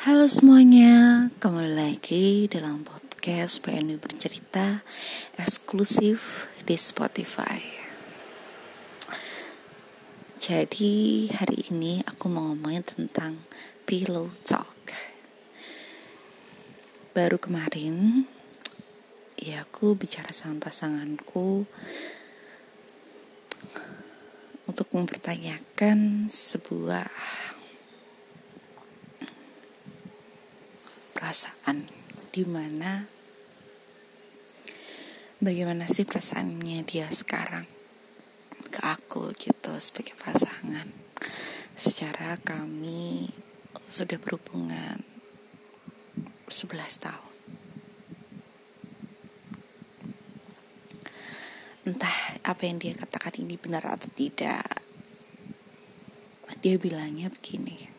Halo semuanya, kembali lagi dalam podcast PNW Bercerita eksklusif di Spotify. Jadi hari ini aku mau ngomongin tentang pillow talk. Baru kemarin ya aku bicara sama pasanganku untuk mempertanyakan sebuah perasaan, dimana bagaimana sih perasaannya dia sekarang ke aku gitu sebagai pasangan. Secara kami sudah berhubungan 11 tahun. Entah apa yang dia katakan ini benar atau tidak. Dia bilangnya begini,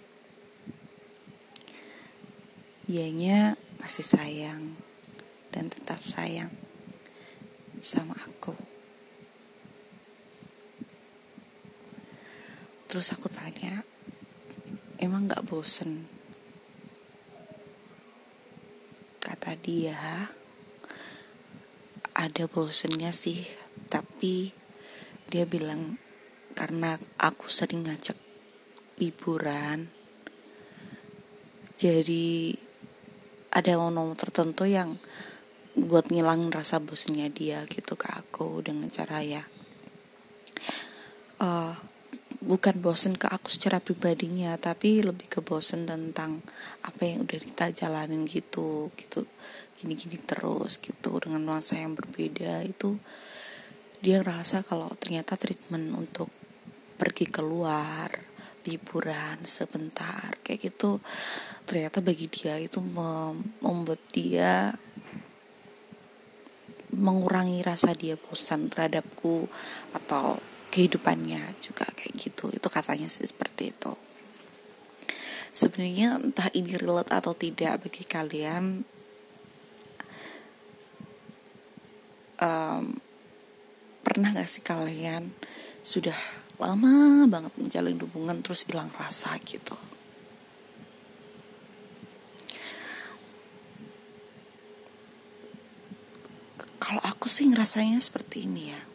dianya masih sayang dan tetap sayang sama aku. Terus aku tanya, emang gak bosen? Kata dia, ada bosennya sih, tapi dia bilang karena aku sering ngajak liburan, jadi ada momen tertentu yang buat ngilangin rasa bosennya dia gitu ke aku dengan cara bukan bosen ke aku secara pribadinya, tapi lebih ke bosen tentang apa yang udah kita jalanin gitu gini-gini terus gitu dengan nuansa yang berbeda. Itu dia ngerasa kalau ternyata treatment untuk pergi keluar liburan sebentar kayak gitu, ternyata bagi dia itu membuat dia mengurangi rasa dia bosan terhadapku atau kehidupannya juga kayak gitu. Itu katanya sih seperti itu. Sebenarnya entah ini relate atau tidak bagi kalian, pernah gak sih kalian sudah lama banget menjalin hubungan terus hilang rasa gitu? Kalau aku sih ngerasanya seperti ini ya.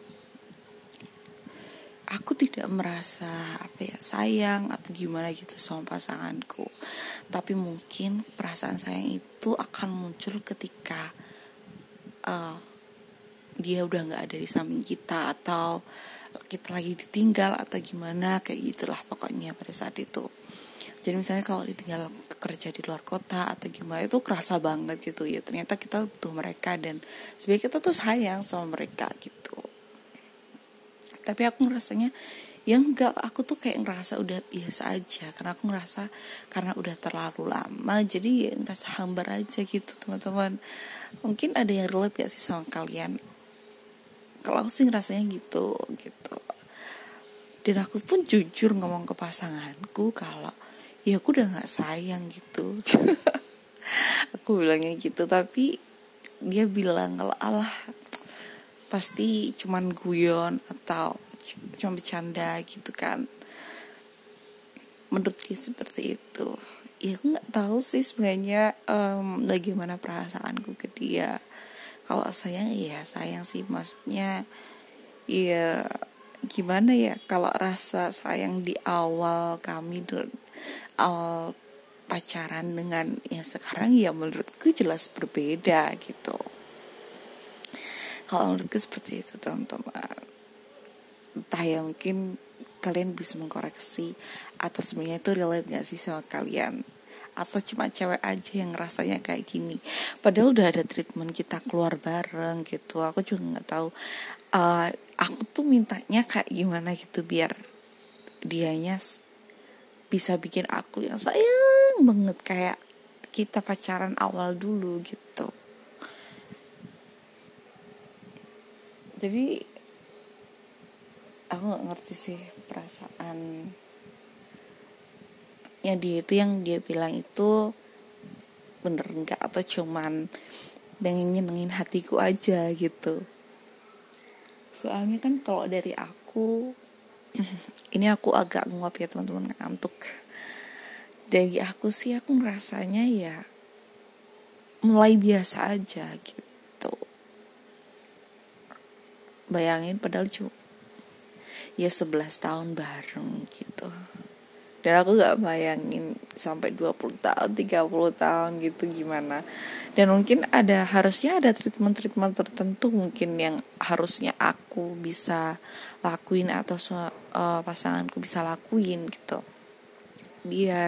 Aku tidak merasa sayang atau gimana gitu sama pasanganku. Tapi mungkin perasaan sayang itu akan muncul ketika dia udah gak ada di samping kita, atau kita lagi ditinggal atau gimana, kayak gitulah pokoknya pada saat itu. Jadi misalnya kalau ditinggal kerja di luar kota atau gimana, itu kerasa banget gitu ya, ternyata kita butuh mereka dan sebenarnya kita tuh sayang sama mereka gitu. Tapi aku ngerasanya ya enggak, aku tuh kayak ngerasa udah biasa aja, karena aku ngerasa karena udah terlalu lama jadi ya ngerasa hambar aja gitu teman-teman. Mungkin ada yang relate gak sih sama kalian? Kalau aku sih ngerasanya gitu. Dan aku pun jujur ngomong ke pasanganku kalau ya aku udah gak sayang gitu. Aku bilangnya gitu, tapi dia bilang kalau alah pasti cuman guyon atau cuma bercanda gitu kan. Menurut dia seperti itu. Ya aku gak tahu sih sebenarnya bagaimana perasaanku ke dia. Kalau sayang ya sayang sih, maksudnya ya gimana ya, kalau rasa sayang di awal awal pacaran dengan yang sekarang ya menurutku jelas berbeda gitu. Kalau menurutku seperti itu teman-teman. Entah ya, mungkin kalian bisa mengkoreksi atau sebenarnya itu relate gak sih sama kalian, atau cuma cewek aja yang rasanya kayak gini padahal udah ada treatment kita keluar bareng gitu. Aku juga nggak tahu aku tuh mintanya kayak gimana gitu biar dianya bisa bikin aku yang sayang banget kayak kita pacaran awal dulu gitu. Jadi aku nggak ngerti sih perasaan yang dia bilang itu bener nggak, atau cuman pengen nyenengin hatiku aja gitu. Soalnya kan kalau dari aku ini aku agak nguap ya teman-teman, ngantuk. Dari aku sih, aku ngerasanya ya mulai biasa aja gitu. Bayangin padahal cuma ya 11 tahun bareng gitu. Dan aku gak bayangin sampai 20 tahun, 30 tahun gitu gimana. Dan mungkin harusnya ada treatment-treatment tertentu mungkin yang harusnya aku bisa lakuin atau pasanganku bisa lakuin gitu. Biar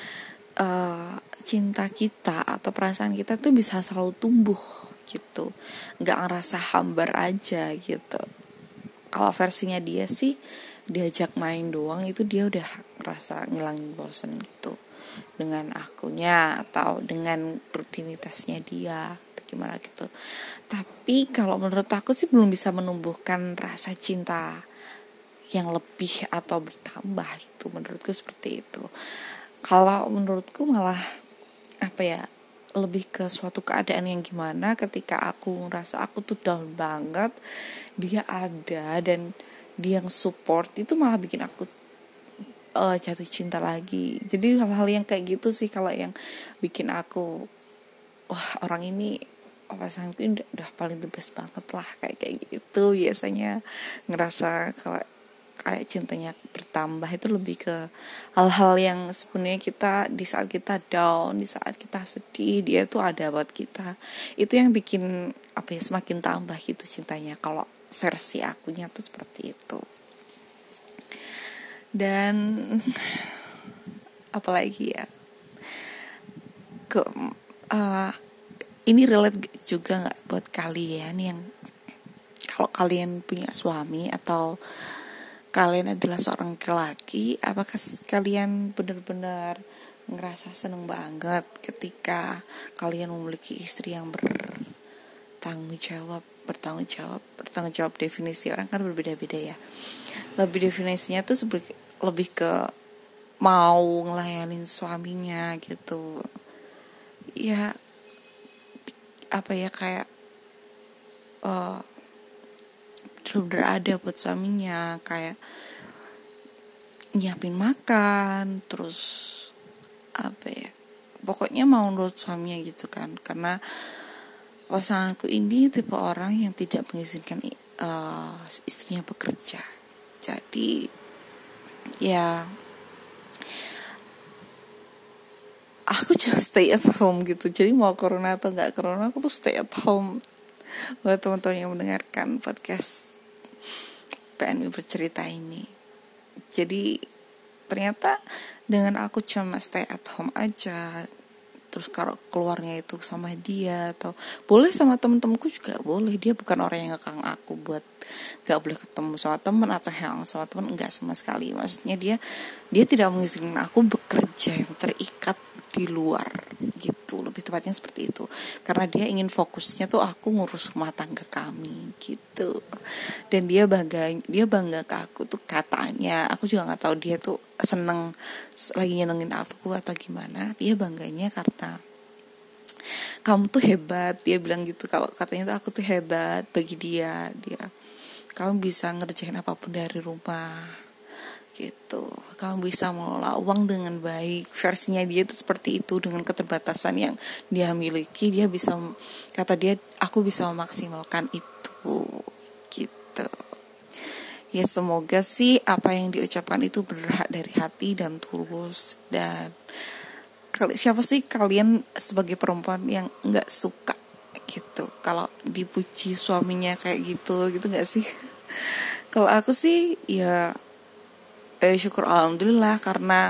cinta kita atau perasaan kita tuh bisa selalu tumbuh gitu. Gak ngerasa hambar aja gitu. Kalau versinya dia sih, diajak main doang itu dia udah rasa ngilangin bosen gitu dengan akunya atau dengan rutinitasnya dia atau gimana gitu. Tapi kalau menurut aku sih belum bisa menumbuhkan rasa cinta yang lebih atau bertambah, itu menurutku seperti itu. Kalau menurutku malah lebih ke suatu keadaan yang gimana ketika aku ngerasa aku tuh down banget, dia ada dan dia yang support, itu malah bikin aku jatuh cinta lagi. Jadi hal-hal yang kayak gitu sih kalau yang bikin aku, wah orang ini pasanganku ini udah paling the best banget lah, kayak gitu. Biasanya ngerasa kalau kayak cintanya bertambah itu lebih ke hal-hal yang sebenarnya kita di saat kita down, di saat kita sedih, dia tuh ada buat kita. Itu yang bikin semakin tambah gitu cintanya. Kalau versi akunya tuh seperti itu. Dan apalagi ya, ini relate juga nggak buat kalian yang kalau kalian punya suami atau kalian adalah seorang laki-laki, apakah kalian benar-benar ngerasa seneng banget ketika kalian memiliki istri yang bertanggung jawab? Definisi orang kan berbeda-beda ya. Lebih definisinya tuh lebih ke mau ngelayanin suaminya gitu. Ya kayak bener-bener ada buat suaminya, kayak nyiapin makan, terus pokoknya mau nurut suaminya gitu kan. Karena pasanganku ini tipe orang yang tidak mengizinkan istrinya bekerja. Jadi ya aku cuma stay at home gitu. Jadi mau corona atau nggak corona, aku tuh stay at home. Buat teman-teman yang mendengarkan podcast PNW bercerita ini. Jadi ternyata dengan aku cuma stay at home aja, terus kalau keluarnya itu sama dia atau boleh sama temen-temenku juga boleh, dia bukan orang yang ngekang aku buat gak boleh ketemu sama temen atau hangout sama temen, enggak sama sekali. Maksudnya dia tidak mengizinkan aku bekerja yang terikat di luar gitu, lebih tepatnya seperti itu, karena dia ingin fokusnya tuh aku ngurus rumah tangga kami gitu. Dan dia bangga ke aku tuh katanya, aku juga nggak tahu dia tuh seneng lagi nyenengin aku atau gimana. Dia bangganya karena kamu tuh hebat, dia bilang gitu. Kalau katanya tuh aku tuh hebat bagi dia kamu bisa ngerjain apapun dari rumah gitu, kamu bisa mengelola uang dengan baik. Versinya dia itu seperti itu, dengan keterbatasan yang dia miliki, aku bisa memaksimalkan itu gitu. Ya semoga sih apa yang diucapkan itu benar dari hati dan tulus. Dan siapa sih kalian sebagai perempuan yang nggak suka gitu kalau dipuji suaminya kayak gitu nggak sih? Kalau aku sih ya syukur alhamdulillah, karena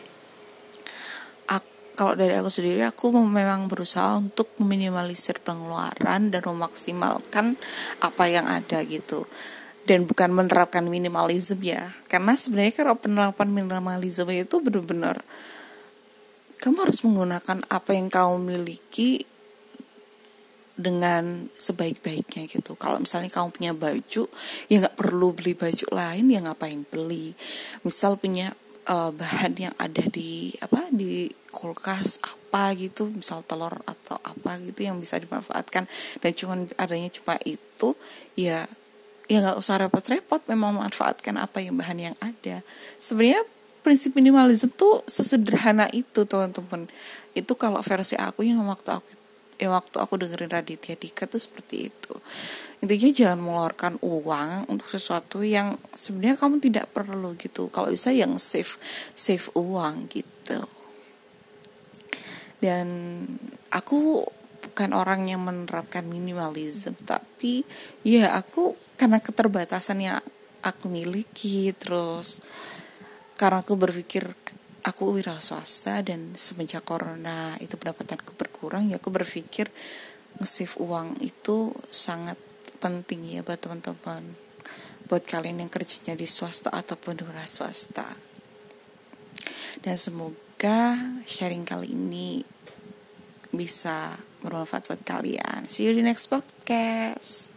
kalau dari aku sendiri, aku memang berusaha untuk meminimalisir pengeluaran dan memaksimalkan apa yang ada gitu. Dan bukan menerapkan minimalisme ya, karena sebenarnya kalau penerapan minimalisme itu benar-benar kamu harus menggunakan apa yang kamu miliki dengan sebaik-baiknya gitu. Kalau misalnya kamu punya baju, ya nggak perlu beli baju lain, ya ngapain beli. Misal punya bahan yang ada di kulkas apa gitu, misal telur atau apa gitu yang bisa dimanfaatkan dan adanya cuma itu, ya nggak usah repot-repot, memang memanfaatkan bahan yang ada. Sebenarnya prinsip minimalism tuh sesederhana itu teman-teman. Itu kalau versi aku yang waktu aku dengerin Raditya Dika tuh seperti itu. Intinya jangan mengeluarkan uang untuk sesuatu yang sebenarnya kamu tidak perlu gitu. Kalau bisa yang save uang gitu. Dan aku bukan orang yang menerapkan minimalism, tapi ya aku karena keterbatasan yang aku miliki, terus karena aku berpikir aku wira swasta dan semenjak corona itu pendapatanku berkurang, ya aku berpikir nge-save uang itu sangat penting ya buat teman-teman, buat kalian yang kerjanya di swasta ataupun di wira swasta. Dan semoga sharing kali ini bisa bermanfaat buat kalian. See you di next podcast.